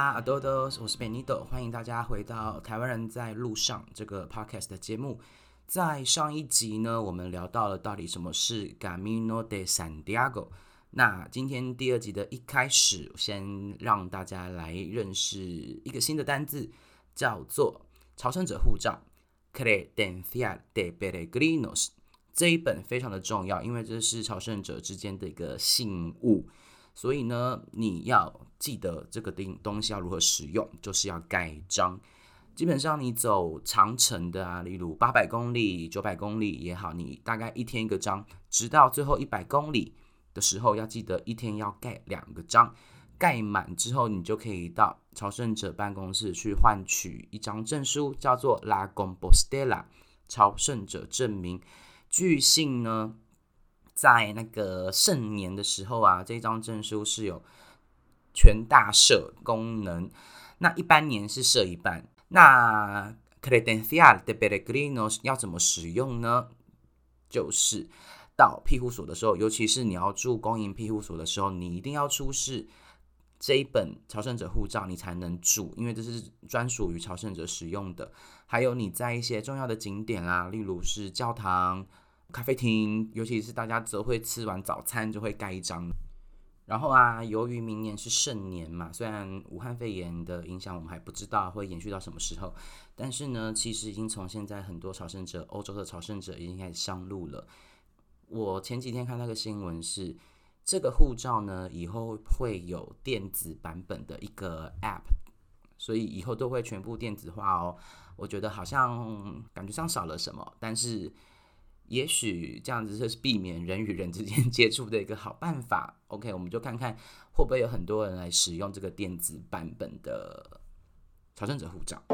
阿多多，我是 Benito， 欢迎大家回到台湾人在路上这个 podcast 的节目。在上一集呢，我们聊到了到底什么是 Camino de Santiago。那今天第二集的一开始，先让大家来认识一个新的单字，叫做朝圣者护照 Credencial de Peregrinos。这一本非常的重要，因为这是朝圣者之间的一个信物。所以呢，你要记得这个东西要如何使用，就是要盖章。基本上你走长程的啊，例如800公里、900公里也好，你大概一天一个章，直到最后100公里的时候，要记得一天要盖2个章。盖满之后，你就可以到朝圣者办公室去换取一张证书，叫做 La Compostela 朝圣者证明。据信呢，在那个盛年的时候啊，这张证书是有全大赦功能，那一般年是赦一半。那 Credencial de Peregrinos 要怎么使用呢？就是到庇护所的时候，尤其是你要住公营庇护所的时候，你一定要出示这一本朝圣者护照，你才能住，因为这是专属于朝圣者使用的。还有你在一些重要的景点啊，例如是教堂、咖啡厅，尤其是大家则会吃完早餐就会盖一张。然后啊，由于明年是盛年嘛，虽然武汉肺炎的影响我们还不知道会延续到什么时候，但是呢，其实已经从现在很多朝圣者，欧洲的朝圣者已经开始上路了。我前几天看那个新闻是，这个护照呢以后会有电子版本的一个 App， 所以以后都会全部电子化哦。我觉得好像感觉上少了什么，但是也许这样子就是避免人与人之间接触的一个好办法。OK， 我们就看看会不会有很多人来使用这个电子版本的朝圣者护照。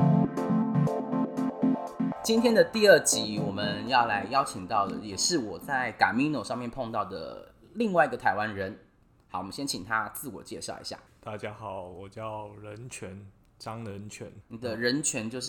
今天的第二集，我们要来邀请到的，也是我在 Camino 上面碰到的另外一个台湾人。好，我们先请他自我介绍一下。 大家好，我叫人权张人权。 你的人权就是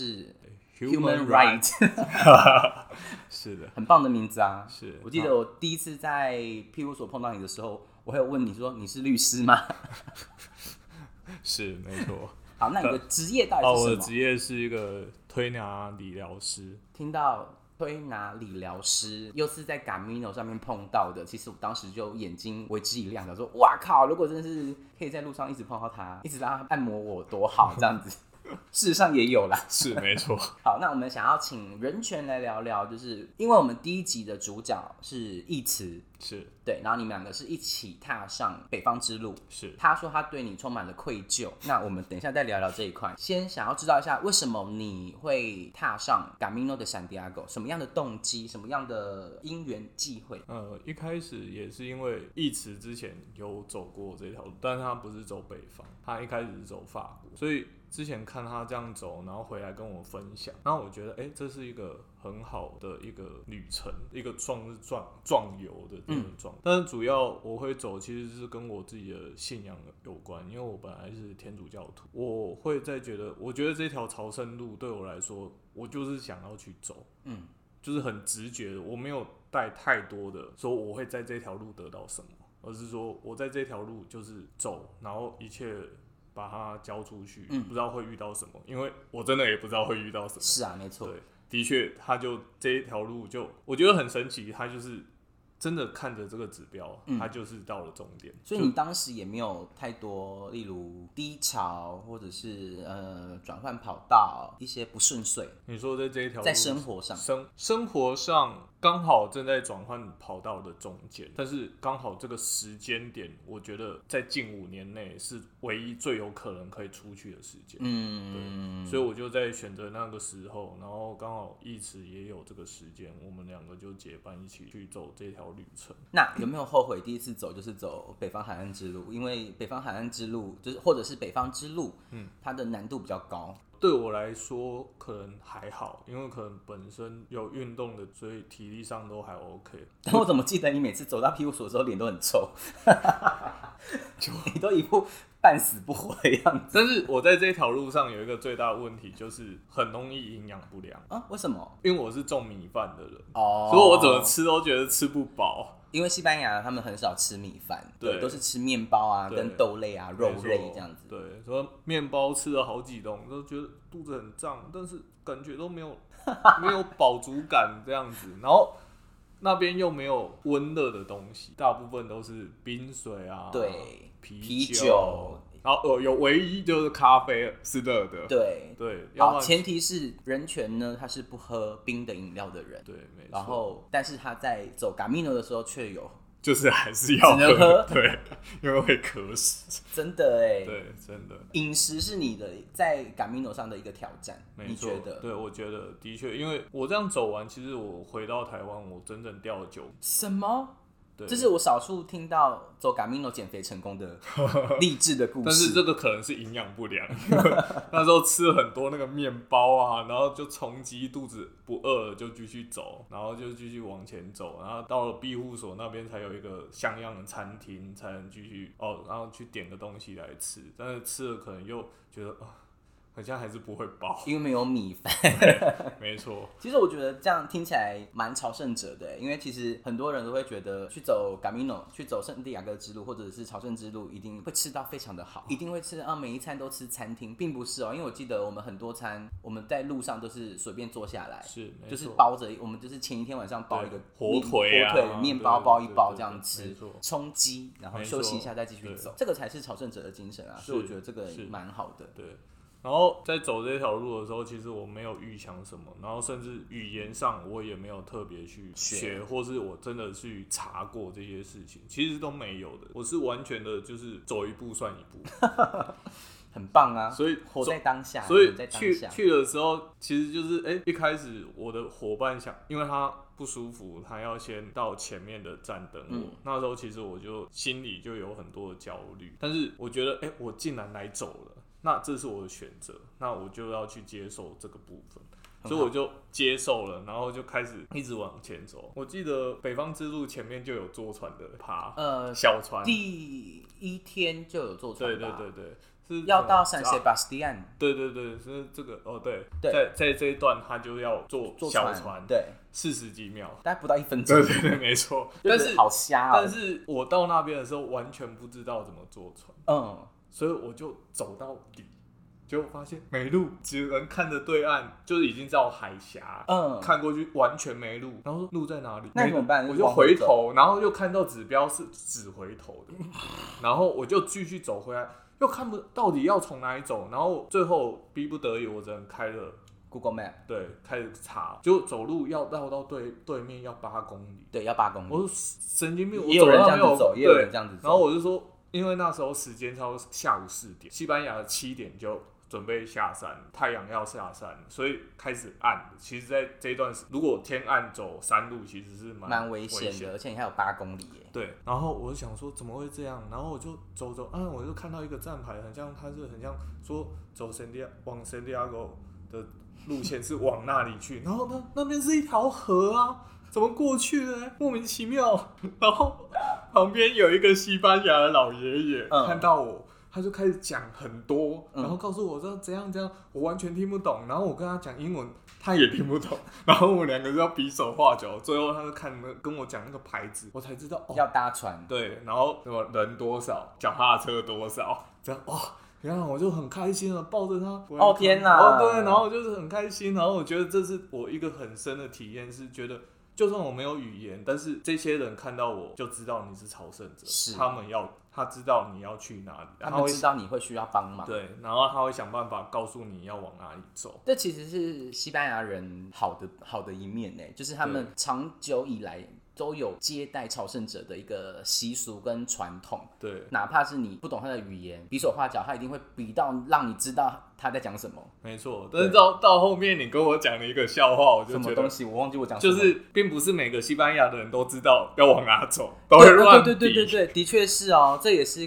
Human Right 是的， 很棒的名字啊！ 是， 我记得我第一次在庇护所碰到你的时候，我还有问你说你是律师吗？ 是没错。 好，那你的职业到底是什么？ 我的职业是一个推拿理疗师。 听到推拿理疗师又是在 Camino 上面碰到的，其实我当时就眼睛为之一亮，想说哇靠，如果真的是可以在路上一直碰到他，一直让他按摩我多好，这样子。事实上也有啦， 是没错。 好，那我们想要请人权来聊聊，就是因为我们第一集的主角是义慈， 是对，然后你们两个是一起踏上北方之路， 是。 他说他对你充满了愧疚，那我们等一下再聊聊这一块。先想要知道一下，为什么你会踏上 Camino de Santiago？ 什么样的动机？什么样的因缘际会？ 一开始也是因为义慈之前有走过这条路，但是他不是走北方，他一开始是走法国，所以之前看他这样走，然后回来跟我分享，然后我觉得，这是一个很好的一个旅程，一个壮游的这种状态。但是主要我会走，其实是跟我自己的信仰有关，因为我本来是天主教徒，我会在我觉得这条朝圣路对我来说，我就是想要去走，就是很直觉的，我没有带太多的说我会在这条路得到什么，而是说我在这条路就是走，然后一切把它交出去，不知道会遇到什么，因为我真的也不知道会遇到什么。 是啊，没错。 对，的确，他就这一条路我觉得很神奇，他就是真的看着这个指标，他就是到了终点。 所以你当时也没有太多，例如低潮，或者是转换跑道，一些不顺遂。 你说在这一条路在生活上， 生活上刚好正在转换跑道的中间，但是刚好这个时间点，我觉得在近5年内是唯一最有可能可以出去的时间。对，所以我就在选择那个时候，然后刚好义慈也有这个时间，我们2个就结伴一起去走这条旅程。 那有没有后悔第一次走就是走北方海岸之路？因为北方海岸之路就是或者是北方之路，它的难度比较高。 对我来说可能还好，因为可能本身有运动的，所以体力上都还 OK。 但我怎么记得你每次走到庇护所的时候脸都很臭，你都一副半死不活的样子。 但是我在这条路上有一个最大的问题，就是很容易营养不良啊？为什么？ 因为我是种米饭的人哦， 所以我怎么吃都觉得吃不饱。 因为西班牙他们很少吃米饭， 对， 都是吃面包啊，跟豆类啊、肉类这样子。 对，说面包吃了好几笼，都觉得肚子很胀，但是感觉都没有饱足感这样子。然后那边又没有温热的东西，大部分都是冰水啊， 对， 啤酒。然后有唯一就是咖啡是热的，对。 好，前提是人权呢，他是不喝冰的饮料的人， 对，没错。 然后，但是他在走 Camino 的时候却有， 就是还是要只能喝， 对，因为会渴死。 真的哎， 对，真的。 饮食是你的在 Camino 上的一个挑战，你觉得？ 对，我觉得的确，因为我这样走完，其实我回到台湾，我整整掉了9。 什么？这是我少数听到走 Camino 减肥成功的励志的故事。 但是这个可能是营养不良，那时候吃了很多那个面包啊，然后就充饥，肚子不饿了就继续走，然后就继续往前走，然后到了庇护所那边才有一个像样的餐厅，才能继续然后去点个东西来吃。但是吃了可能又觉得好像还是不会饱， 因为没有米饭。 没错。 其实我觉得这样听起来蛮朝圣者的，因为其实很多人都会觉得去走 Camino 去走圣地亚哥之路或者是朝圣之路一定会吃到非常的好，一定会吃每一餐都吃餐厅，并不是因为我记得我们很多餐我们在路上都是随便坐下来， 是就是包着，我们就是前一天晚上包一个火腿面包包一包这样吃，充饥，然后休息一下再继续走，这个才是朝圣者的精神啊，所以我觉得这个蛮好的。 对。然后在走这条路的时候，其实我没有预想什么，然后甚至语言上我也没有特别去学，或是我真的去查过这些事情，其实都没有的。我是完全的就是走一步算一步， 很棒啊！ 所以活在当下， 所以去的时候，其实就是一开始我的伙伴因为他不舒服，他要先到前面的站等我。那时候其实我就心里就有很多的焦虑，但是我觉得我竟然来走了。那这是我的选择，那我就要去接受这个部分，所以我就接受了，然后就开始一直往前走。我记得北方之路前面就有坐船的爬，小船， 第1天就有坐船吧， 对，是要到San Sebastián， 对，是这个对，在这一段他就要坐小船， 对 ，40几秒， 大概不到1分钟， 对，没错。 但是好瞎但是我到那边的时候完全不知道怎么坐船，所以我就走到底，结果发现没路，只能看着对岸，就是已经到海峡，看过去完全没路，然后说路在哪里？ 那怎么办？ 我就回头，然后又看到指标是指回头的，然后我就继续走回来，又看不到底要从哪里走，然后最后逼不得已，我只能开了 Google Map， 对，开始查，就走路要绕到对面要8公里， 对，要8公里。 我说神经病， 也有人这样子走，也有人这样子走， 然后我就说。因为那时候时间差不多下午4点，西班牙的7点就准备下山，太阳要下山，所以开始暗。其实，在这一段如果天暗走山路，其实是蛮危险的，而且你还有8公里耶。 对，然后我就想说怎么会这样，然后我就走，我就看到一个站牌，很像说走往圣地亚哥的路线是往那里去，然后呢那边是一条河啊。怎么过去呢？莫名其妙。然后旁边有一个西班牙的老爷爷，看到我，他就开始讲很多，然后告诉我说怎样，我完全听不懂。然后我跟他讲英文，他也听不懂。然后我们2个就要比手画脚，最后他就跟我讲那个牌子，我才知道要搭船。 对，然后什么人多少，脚踏车多少，这样然后我就很开心了，抱着他。 天哪！ 对，然后我就是很开心，然后我觉得这是我一个很深的体验，是觉得。就算我没有语言，但是这些人看到我就知道你是朝圣者，他知道你要去哪里， 他们知道你会需要帮忙， 对，然后他会想办法告诉你要往哪里走。 这其实是西班牙人好的一面呢，就是他们长久以来都有接待朝圣者的一个习俗跟传统。 对， 哪怕是你不懂他的语言，比手画脚，他一定会比到让你知道他在讲什么。 没错，但是到后面你跟我讲了一个笑话，我就觉得什么东西我忘记我讲什么， 就是并不是每个西班牙的人都知道要往哪走，都会乱比。 对，的确是哦，这也是一个。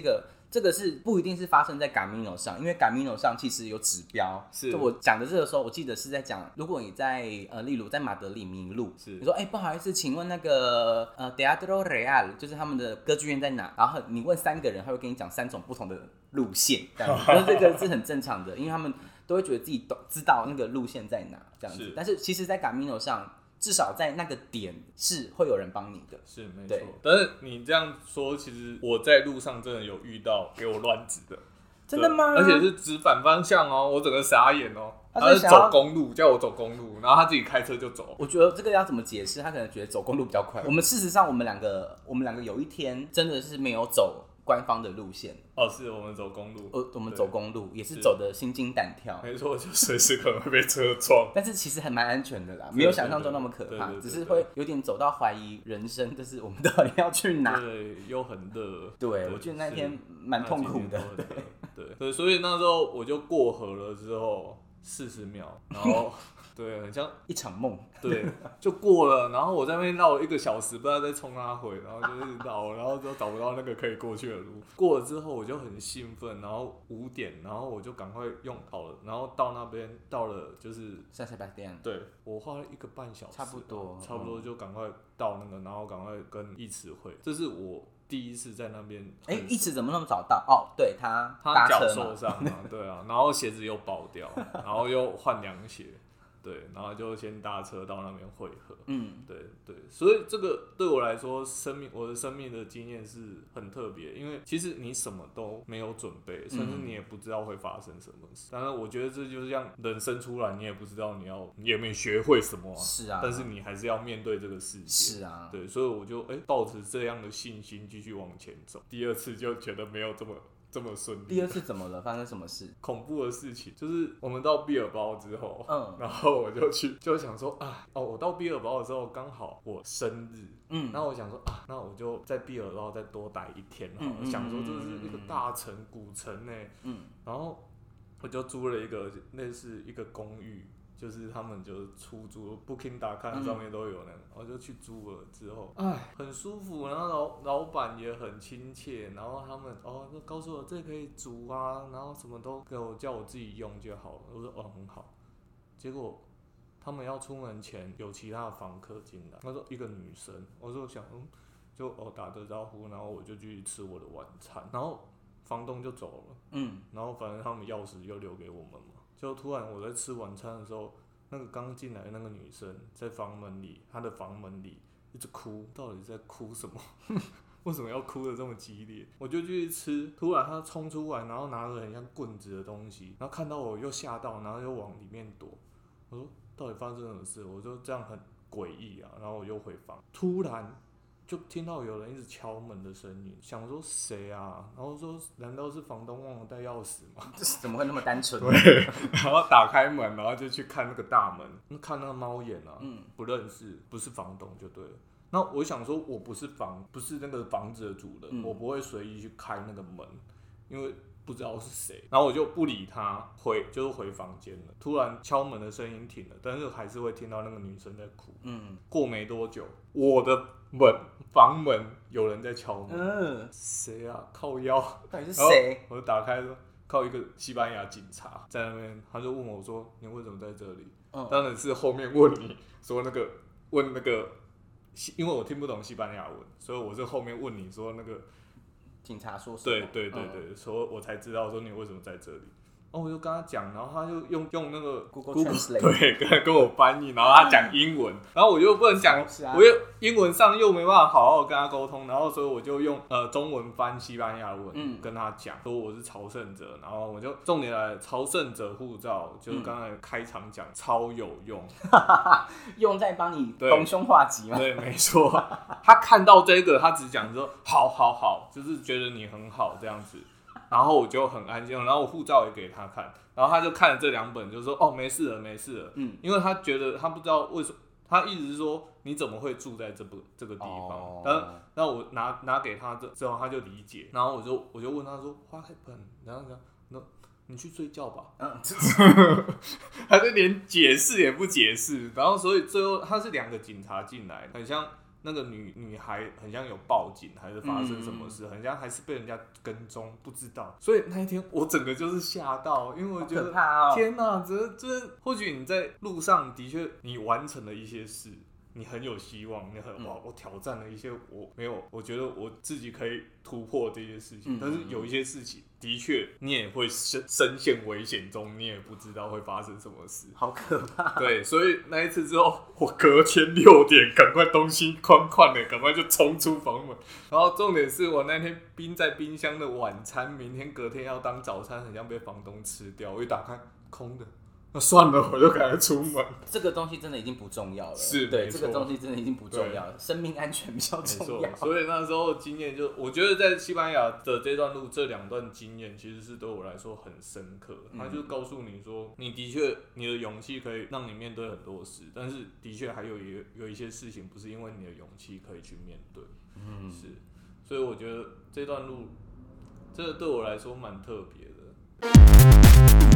这个是不一定是发生在 Camino 上，因为 Camino 上其实有指标。 是， 就我讲的这个时候，我记得是在讲，如果你在例如在马德里迷路， 是你说不好意思，请问那个Teatro Real 就是他们的歌剧院在哪？然后你问3个人，他会跟你讲3种不同的路线，这样子。可是这个是很正常的，因为他们都会觉得自己知道那个路线在哪，这样子。但是其实，在 Camino 上，至少在那个点是会有人帮你的， 是没错。但是你这样说，其实我在路上真的有遇到给我乱指的， 真的吗？ 而且是指反方向哦，我整个傻眼哦。他是走公路，叫我走公路，然后他自己开车就走。 我觉得这个要怎么解释？他可能觉得走公路比较快。我们事实上，我们两个有一天真的是没有走官方的路线。 是我们走公路。 我们走公路也是走的心惊胆跳。 没错，就随时可能会被车撞。 但是其实还蛮安全的啦，没有想象中那么可怕，只是会有点走到怀疑人生，就是我们到底要去哪？ 对，又很热。 对，我觉得那天蛮痛苦的。 对，所以那时候我就过河了之后。40秒，然后对，很像一场梦， 对，就过了。然后我在那边绕了1个小时，不知道在冲哪回，然后就是绕，然后都找不到那个可以过去的路。过了之后我就很兴奋，然后5点，然后我就赶快用好了，然后到那边到了就是 300点， 对我花了1个半小时， 差不多就赶快到那个，然后赶快跟义慈会，这是我。第一次在那边， 义慈怎么那么早到？对他脚受伤嘛，对啊，然后鞋子又爆掉，然后又换凉鞋，对，然后就先搭车到那边汇合，对，所以这个对我来说，我的生命的经验是很特别，因为其实你什么都没有准备，甚至你也不知道会发生什么事。当然，我觉得这就是像人生出来，你也不知道你也没学会什么， 是啊， 但是你还是要面对这个世界， 是啊， 对，所以我就抱持这样的信心继续往前走。第2次就觉得没有这么顺利。 第2次怎么了？发生什么事？ 恐怖的事情就是我们到毕尔包之后，然后我就想说我到毕尔包的时候刚好我生日，然后我想说那我就在毕尔包再多待1天好了，想说这是一个大城古城呢，然后我就租了一个类似一个公寓。就是他们就是出租 ，Booking.com 上面都有那个，我就去租了之后，很舒服，然后老板也很亲切，然后他们就告诉我这可以煮啊，然后什么都给我叫我自己用就好了，我说很好，结果他们要出门前有其他的房客进来，他说一个女生，我说想就打着招呼，然后我就去吃我的晚餐，然后房东就走了，然后反正他们钥匙又留给我们嘛。就突然我在吃晚餐的时候，那个刚进来的那个女生在她的房门里一直哭，到底在哭什么？为什么要哭得这么激烈？我就继续吃，突然她冲出来，然后拿着很像棍子的东西，然后看到我又吓到，然后又往里面躲。我说到底发生什么事？我就这样很诡异啊，然后我又回房，突然就听到有人一直敲门的声音，想说谁啊？然后说难道是房东忘了带钥匙吗？ 怎么会那么单纯？ 对，然后打开门，然后就去看那个大门，看那个猫眼啊，不认识，不是房东就对了。那我想说，我不是那个房子的主人，我不会随意去开那个门，因为不知道是谁。然后我就不理他，就是回房间了。突然敲门的声音停了，但是还是会听到那个女生在哭。过没多久，我的房门有人在敲门，谁啊？靠腰， 到底是谁？ 我就打开说，靠一个西班牙警察在那边，他就问我说：“你为什么在这里？”当然是后面问你说问那个，因为我听不懂西班牙文，所以我是后面问你说那个警察说什么？ 对，所以我才知道说你为什么在这里。我就跟他讲，然后他就用那个 Google Translate 对跟我翻译，然后他讲英文，然后我又不能讲，我又英文上又没办法好好跟他沟通，然后所以我就用中文翻西班牙文跟他讲，说我是朝圣者，然后我就重点来朝圣者护照，就是刚才开场讲超有用， 用在帮你逢凶化吉嘛。 对，没错。他看到这个，他只讲说好，就是觉得你很好这样子。然后我就很安静，然后我护照也给他看，然后他就看了这2本，就说没事了，因为他觉得他不知道为什么，他一直是说你怎么会住在这个地方，然后我拿给他之后他就理解，然后我就问他说 What happened？ 然后你去睡觉吧，他就连解释也不解释，然后所以最后他是2个警察进来，很像那个女孩很像有报警，还是发生什么事，很像还是被人家跟踪，不知道。所以那一天我整个就是吓到，因为我觉得天哪，这或许你在路上的确你完成了一些事。你很有希望，我挑战了一些我觉得我自己可以突破这些事情，但是有一些事情的确你也会深陷危险中，你也不知道会发生什么事， 好可怕。 对，所以那一次之后，我隔天6点赶快东西宽的，赶快就冲出房门。然后重点是我那天冰在冰箱的晚餐，明天隔天要当早餐，很像被房东吃掉。我一打开空的。那算了，我就赶快出门。 这个东西真的已经不重要了， 是对，这个东西真的已经不重要了，生命安全比较重要。 所以那时候经验我觉得在西班牙的这段路，这2段经验其实是对我来说很深刻。他就告诉你说，你的确你的勇气可以让你面对很多事，但是的确还有一些事情不是因为你的勇气可以去面对。是，所以我觉得这段路，这个对我来说蛮特别的。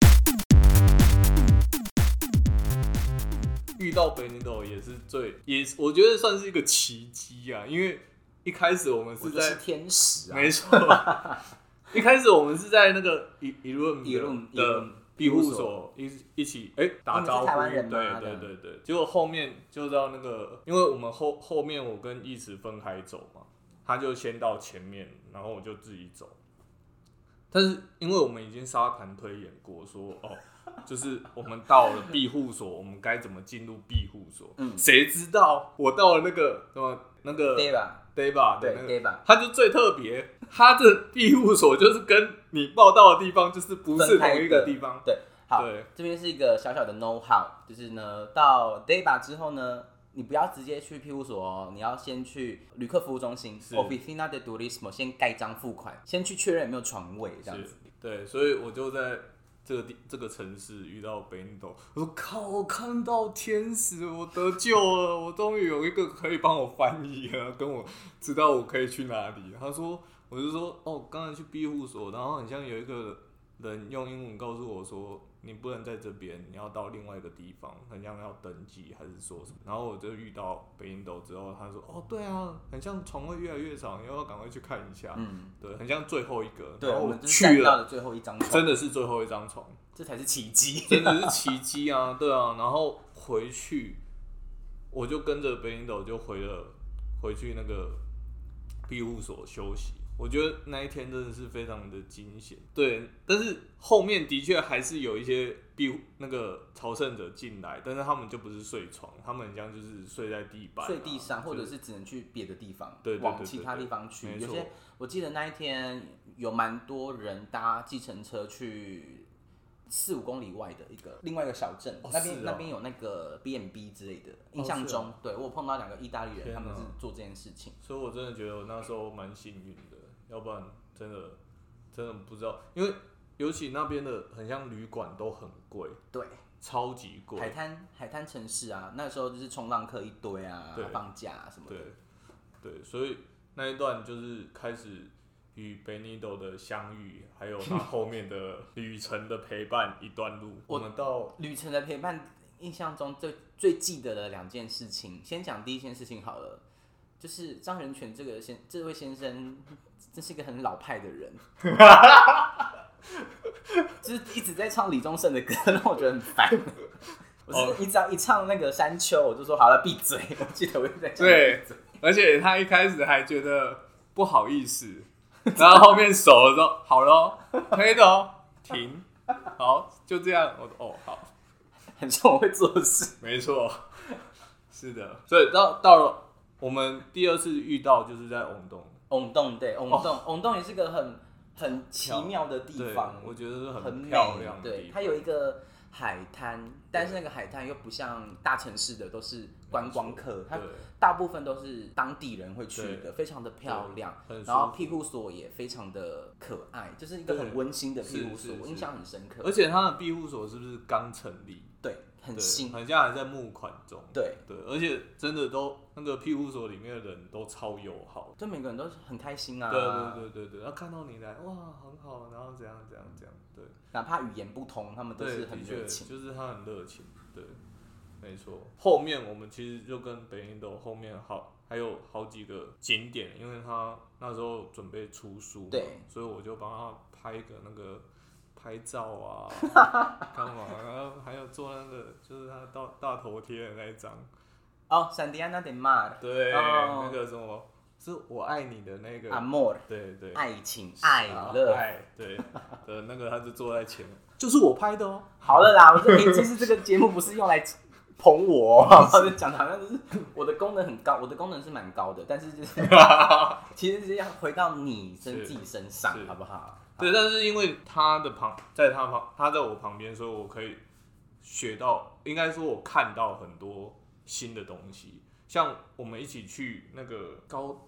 遇到 Benito 我觉得算是一个奇迹啊，因为一开始我们是在天使啊， 没错，一开始我们是在那个伊润的庇护所一起打招呼， 台湾人嘛， 对，结果后面就到那个，因为我们后面我跟义慈分开走嘛，他就先到前面，然后我就自己走，但是因为我们已经沙盘推演过说就是我们到了庇护所，我们该怎么进入庇护所？谁知道我到了那个 Deva 的那个，他就最特别，他的庇护所就是跟你报到的地方就是不是同一个地方。 对，好，这边是一个小小的 know how， 就是呢，到 Deva 之后呢，你不要直接去庇护所哦，你要先去旅客服务中心 Oficina de Turismo 先盖章付款，先去确认有没有床位这样子。 对，所以我就在这个城市遇到 Benito， 我说靠，我看到天使，我得救了，我终于有一个可以帮我翻译了，跟我知道我可以去哪里。我就说刚才去庇护所，然后很像有一个人用英文告诉我说，你不能在这边，你要到另外一个地方，很像要登记还是说什么。然后我就遇到Benito之后，他说对啊，很像床位越来越少，你要赶快去看一下。对，很像最后一个。 对，我们去到的最后一张床， 真的是最后一张床， 这才是奇迹， 真的是奇迹啊！对啊，然后回去我就跟着Benito就回去那个庇护所休息。我觉得那一天真的是非常的惊险，对，但是后面的确还是有一些那个朝圣者进来，但是他们就不是睡床，他们很像就是睡在地板、 睡地上，或者是只能去别的地方， 对， 往其他地方去。有些我记得那一天有蛮多人搭计程车去4-5公里外的另外一个小镇，那边有那个 B&B 之类的。印象中，对我有碰到2个意大利人，他们是做这件事情， 所以我真的觉得我那时候蛮幸运的。要不然真的不知道，因为尤其那边的很像旅馆都很贵， 对， 超级贵。 海滩城市啊，那时候就是冲浪客一堆啊，放假什么的。 对，所以那一段就是开始与 Benito 的相遇，还有他后面的旅程的陪伴一段路。我们到旅程的陪伴，印象中最记得的2件事情，先讲第一件事情好了，就是张仁泉这位先生。这是一个很老派的人，就是一直在唱李宗盛的歌，让我觉得很烦。你只要一唱那个山丘，我就说好了，闭嘴。我记得我一直在讲闭嘴， 而且他一开始还觉得不好意思，然后后面熟了说好咯，可以的哦，停，好，就这样。我好， 很像我会做的事。 没错，是的。所以到了我们第2次遇到，就是在翁洞。 对，翁洞也是个很奇妙的地方， 我觉得是很漂亮的地方。 对，它有一个海滩，但是那个海滩又不像大城市的都是观光客，它大部分都是当地人会去的，非常的漂亮。然后庇护所也非常的可爱，就是一个很温馨的庇护所，我印象很深刻。 而且它的庇护所是不是刚成立？ 对，很新， 很像还在募款中。 对， 而且真的都那个庇护所里面的人都超友好， 就每个人都很开心啊。 对，然后看到你来，哇，很好，然后怎样，对。 哪怕语言不通，他们都是很热情， 就是他很热情，对。 没错。后面我们其实就跟北印斗后面还有好几个景点，因为他那时候准备出书嘛， 对， 所以我就帮他拍个那个拍照啊，干嘛？然后还有做那个就是他大头贴的那一张。 哦，闪迪安娜德玛， 对，那个什么，是我爱你的那个 amor， 对对， 爱情爱乐， 对的那个，他就坐在前面，就是我拍的哦。 好了啦，我说，其实这个节目不是用来捧我，就讲的好像就是我的功能很高，我的功能是蛮高的，但是就是其实是要回到你自己身上，好不好？ 对，但是因为他在我旁边，所以我可以学到，应该说我看到很多新的东西，像我们一起去那个高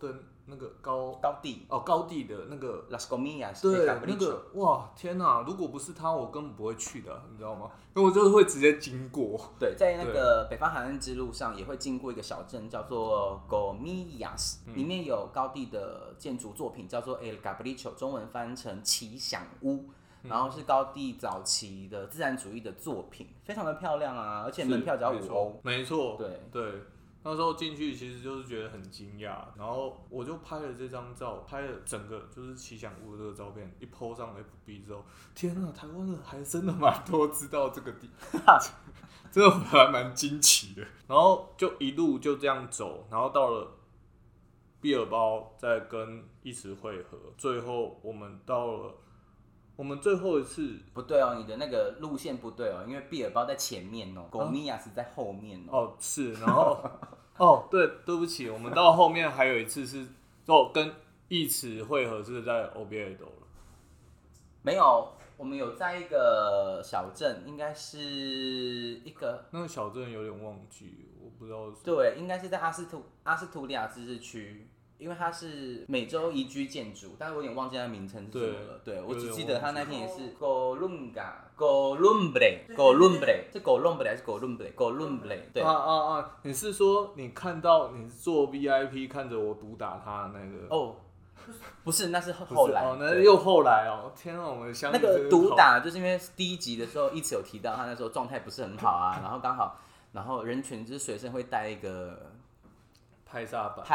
地的那个 Las Comidas， 对，那个哇天哪！如果不是他，我根本不会去的，你知道吗？因为我就是会直接经过。 对，在那个北方海岸之路上也会经过一个小镇，叫做 Comillas，里面有高地的建筑作品，叫做 El Capricho， 中文翻成奇想屋。然后是高地早期的自然主义的作品，非常的漂亮啊，而且门票只要5欧。 没错， 对。 那时候进去其实就是觉得很惊讶，然后我就拍了这张照，拍了整个就是奇想屋的这个照片，一 po 上 FB 之后，天啊，台湾人还真的蛮多知道这个地，真的还蛮惊奇的。然后就一路就这样走，然后到了毕尔包，再跟一池会合，最后我们到了。我们最后一次不对哦，你的那个路线不对哦，因为毕尔包在前面哦，Comillas在后面哦。 哦，是，然后对不起，我们到后面还有一次是跟一池会合是在 Oviedo 了。 没有，我们有在一个小镇，应该是一个那个小镇有点忘记，我不知道是。 对，应该是在阿斯图利亚自治区。因为它是美洲宜居建筑，但是我有点忘记它的名称是什么了。对，我只记得它那天也是 Columbre， 是 Columbre 还是 Columbre？ 对你是说你看到你坐 VIP 看着我毒打他的那个？ 哦，不是，那是后来。 哦，那又后来哦！天啊，我们相遇那个毒打就是因为第一集的时候一直有提到他那时候状态不是很好啊，然后刚好，然后人群就是随身会带一个。 拍沙板，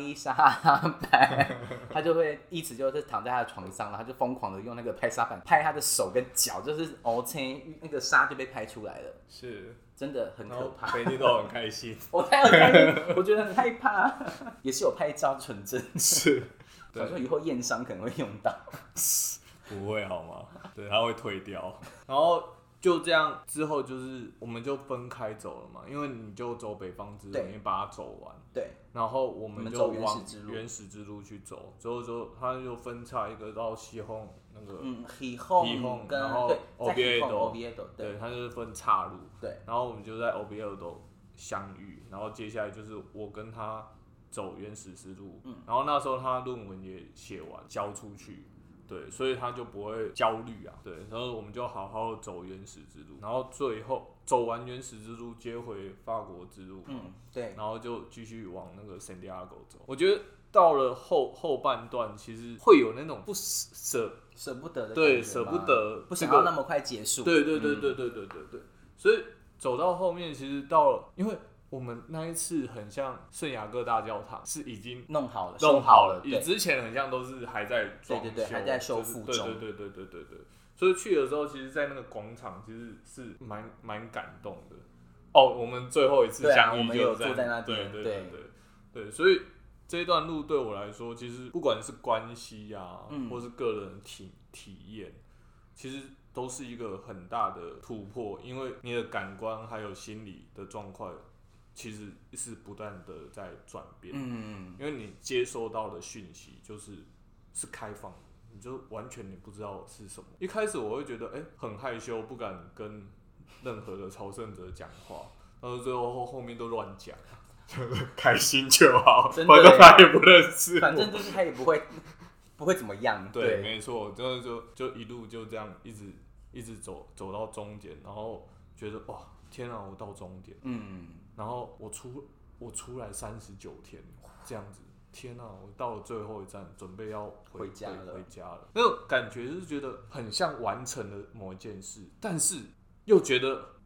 他就会一直就是躺在他的床上，然后他就疯狂的用那个拍沙板拍他的手跟脚，就是那个沙就被拍出来了， 是真的很可怕。 菲尼都很开心， 我很开心，我觉得很害怕，也是有拍照纯真， 是， 想说以后验伤可能会用到， 不会好吗？对，他会退掉，然后。就这样之后，就是我们就分开走了嘛，因为你就走北方之路，你把它走完。 对。 然后我们就往原始之路去走，之后它就分叉一个到西烘那个西烘， 然后 Oviedo， 对，它就是分岔路。 对。 然后我们就在 Oviedo 相遇，然后接下来就是我跟他走原始之路，然后那时候他论文也写完交出去。对，所以他就不会焦虑啊。对，然后我们就好好走原始之路，然后最后走完原始之路，接回法国之路。 对， 然后就继续往那个圣地亚哥走。我觉得到了后半段，其实会有那种舍不得的感觉， 对，舍不得， 不想要那么快结束。 对，所以走到后面，其实到了，因为。我们那一次很像圣雅各大教堂，是已经弄好了， 之前很像都是还在装修， 对，还在修复中。 对。所以去的时候，其实，在那个广场其实是蛮感动的。哦，我们最后一次相遇就坐在那边， 对。所以这一段路对我来说，其实不管是关系啊，或是个人体验，其实都是一个很大的突破，因为你的感官还有心理的状况。其实是不断的在转变，因为你接收到的讯息是开放的，你就完全你不知道是什么。一开始我会觉得很害羞，不敢跟任何的朝圣者讲话，然后最后面都乱讲，开心就好，反正他也不认识我， 反正就是他也不会怎么样。 对，没错，就一路就这样一直走到终点，然后觉得哇，天啊，我到终点，然后我出来39天这样子，天啊！我到了最后一站，准备要回家了。那种感觉就是觉得很像完成了某一件事，但是又觉得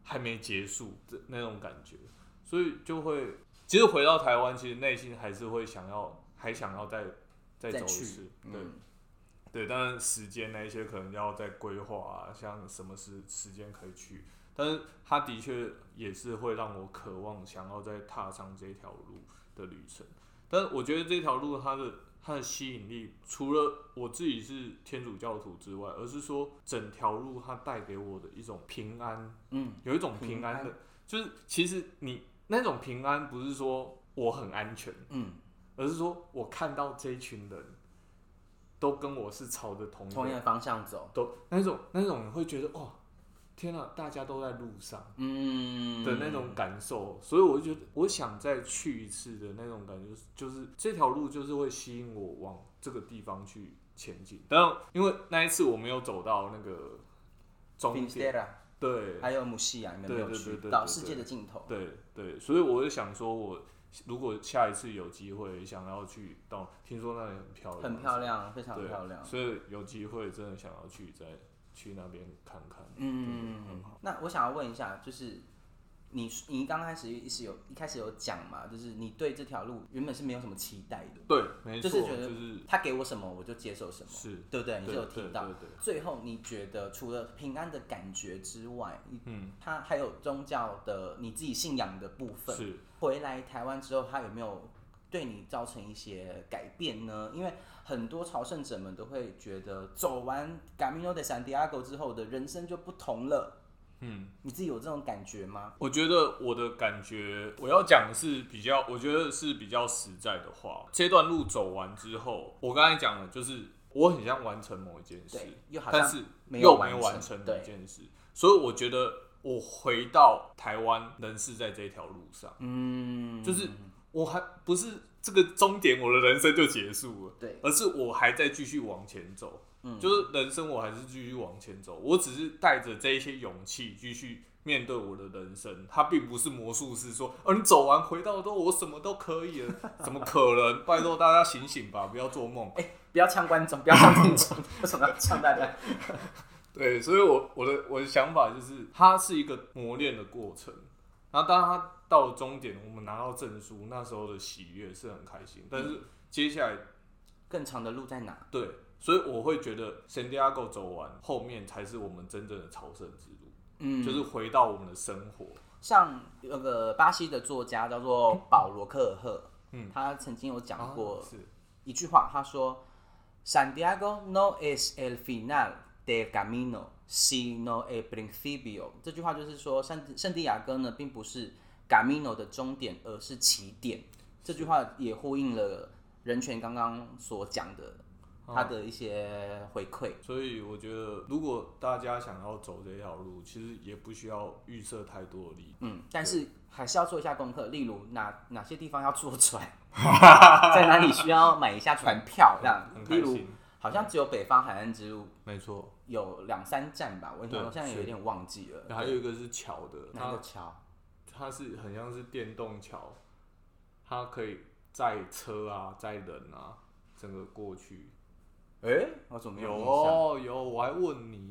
还没结束的那种感觉，所以就会，其实回到台湾，其实内心还是会想要再走一次，对。对，当然时间那一些可能要再规划啊，像什么时间可以去，但是它的确也是会让我渴望想要再踏上这条路的旅程。但是我觉得这条路它的吸引力，除了我自己是天主教徒之外，而是说整条路它带给我的一种平安，有一种平安的，就是其实你那种平安不是说我很安全，而是说我看到这一群人。都跟我是朝着同一个方向走， 都那种你会觉得哇，天啊，大家都在路上，的那种感受，所以我就觉得我想再去一次的那种感觉，就是这条路就是会吸引我往这个地方去前进。当然，因为那一次我没有走到那个终点，对， 还有母西亚，你们没有去到世界的尽头， 对，所以我就想说我。如果下一次有机会想要去到，听说那里很漂亮， 很漂亮，非常漂亮， 所以有机会真的想要再去那边看看，很好。 那我想要问一下，就是你刚开始一开始有讲嘛，就是你对这条路原本是没有什么期待的， 对，没错， 就是觉得他给我什么我就接受什么， 是， 对不对？你是有提到， 对， 最后你觉得除了平安的感觉之外，它还有宗教的你自己信仰的部分， 是。 回来台湾之后，他有没有对你造成一些改变呢？因为很多朝圣者们都会觉得，走完 Camino de Santiago 之后的人生就不同了。你自己有这种感觉吗？ 我觉得我的感觉，我要讲的是我觉得是比较实在的话。这段路走完之后，我刚才讲的就是我很像完成某一件事，但是没有完成某一件事，所以我觉得。我回到台湾，仍是在这条路上，就是我还不是这个终点，我的人生就结束了， 对， 而是我还在继续往前走，就是人生我还是继续往前走，我只是带着这一些勇气继续面对我的人生，它并不是魔术师说，你走完回到都我什么都可以了，怎么可能？拜托大家醒醒吧，不要做梦， 不要呛观众，不要呛听众，为什么要呛大家？ 对，所以我的想法就是，它是一个磨练的过程。然后当它到了终点，我们拿到证书，那时候的喜悦是很开心。但是接下来更长的路在哪？ 对，所以我会觉得圣地亚哥走完，后面才是我们真正的朝圣之路。就是回到我们的生活。 像有个巴西的作家叫做保罗·科尔赫，他曾经有讲过一句话，他说 ：“Santiago no es el final。”del camino, sino el principio。这句话就是说，圣地亚哥呢，并不是 camino 的终点，而是起点。这句话也呼应了人权刚刚所讲的，他的一些回馈。 所以我觉得，如果大家想要走这条路，其实也不需要预设太多的利益。 但是还是要做一下功课，例如哪些地方要坐船，在哪里需要买一下船票，这样。例如。好像只有北方海岸之路， 没错， 有2-3站吧，我现在有点忘记了。 还有一个是桥的， 哪个桥？ 它是很像是电动桥，它可以载车啊、载人啊，整个过去。 我怎么没有印象？ 有，我还问你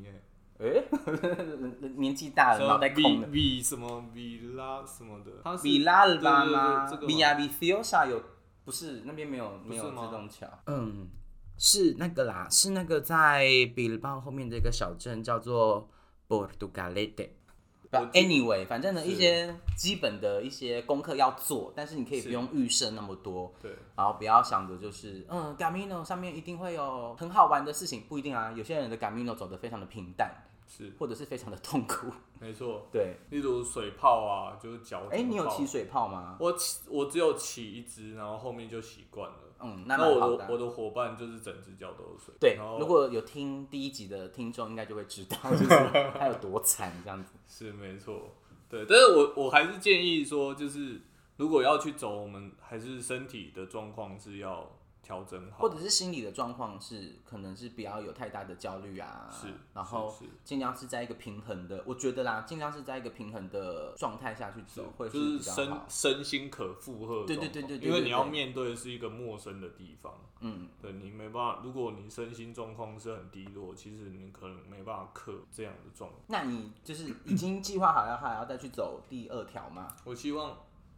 年纪大了，脑袋空了。 V 什么 V 拉什么的，它是 V 拉拉吗？Villaviciosa 有，不是那边没有自动桥。是那个啦，是那个在比尔包后面的一个小镇叫做 Portugalete。Anyway， 反正呢一些基本的一些功课要做，但是你可以不用预设那么多。 对， 然后不要想着就是Camino 上面一定会有很好玩的事情，不一定啊。有些人的 Camino 走得非常的平淡， 是， 或者是非常的痛苦。 没错， 对， 例如水泡啊，就是脚。 你有骑水泡吗？ 我只有骑一只，然后后面就习惯了。 那我的伙伴就是整只脚都有水。 对，如果有听第1集的听众，应该就会知道，就是他有多惨这样子。 是没错，对，但是我还是建议说，就是如果要去走，我们还是身体的状况是要调整好， 或者是心理的状况是可能是不要有太大的焦虑啊， 是， 然后尽量是在一个平衡的，我觉得啦，尽量是在一个平衡的状态下去走，会是比较好， 就是身心可负荷。 对， 因为你要面对的是一个陌生的地方，对你没办法，如果你身心状况是很低落，其实你可能没办法克这样的状况。 那你就是已经计划好还要再去走第2条吗？ 我希望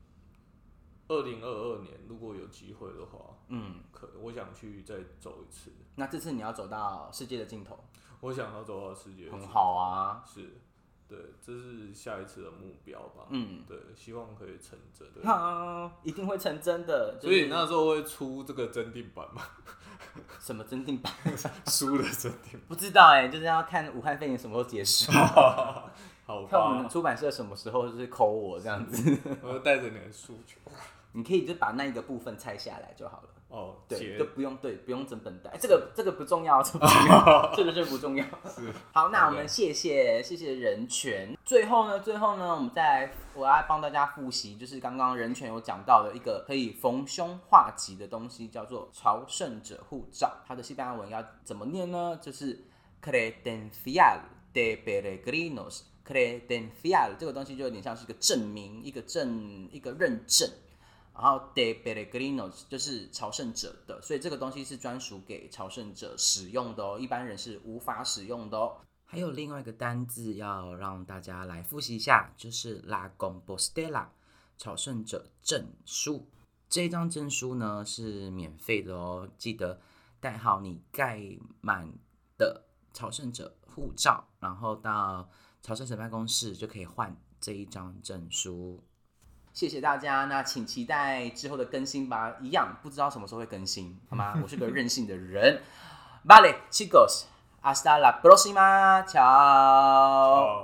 2022年如果有机会的话，我想去再走一次。 那这次你要走到世界的尽头？ 我想要走到世界的尽头， 很好啊， 是。对，这是下一次的目标吧。对，希望可以成真。 一定会成真的。 所以那时候会出这个增订版吗？ 什么增订版？ 书的增订版？ 不知道就是要看武汉肺炎什么时候结束。 好吧， 看我们出版社什么时候就是call我这样子。 我就带着你的诉求。 你可以就把那一个部分拆下来就好了。 对， 就不用整本带。这个不重要，这个不重要，这个不重要。 是。 好，那我们谢谢人权。最后呢，我要帮大家复习，就是刚刚人权有讲到的一个可以逢凶化吉的东西，叫做朝圣者护照。它的西班牙文要怎么念呢？就是 credencial de peregrinos。credencial 这个东西就有点像是一个证明，一个认证。然后 de peregrinos 就是朝圣者的，所以这个东西是专属给朝圣者使用的一般人是无法使用的还有另外一个单字要让大家来复习一下，就是 La Compostela 朝圣者证书。这张证书呢是免费的记得带好你盖满的朝圣者护照，然后到朝圣者办公室就可以换这一张证书。谢谢大家，那请期待之后的更新吧。一样不知道什么时候会更新，好吗？我是个任性的人。Vale, chicos, hasta la próxima. Chao.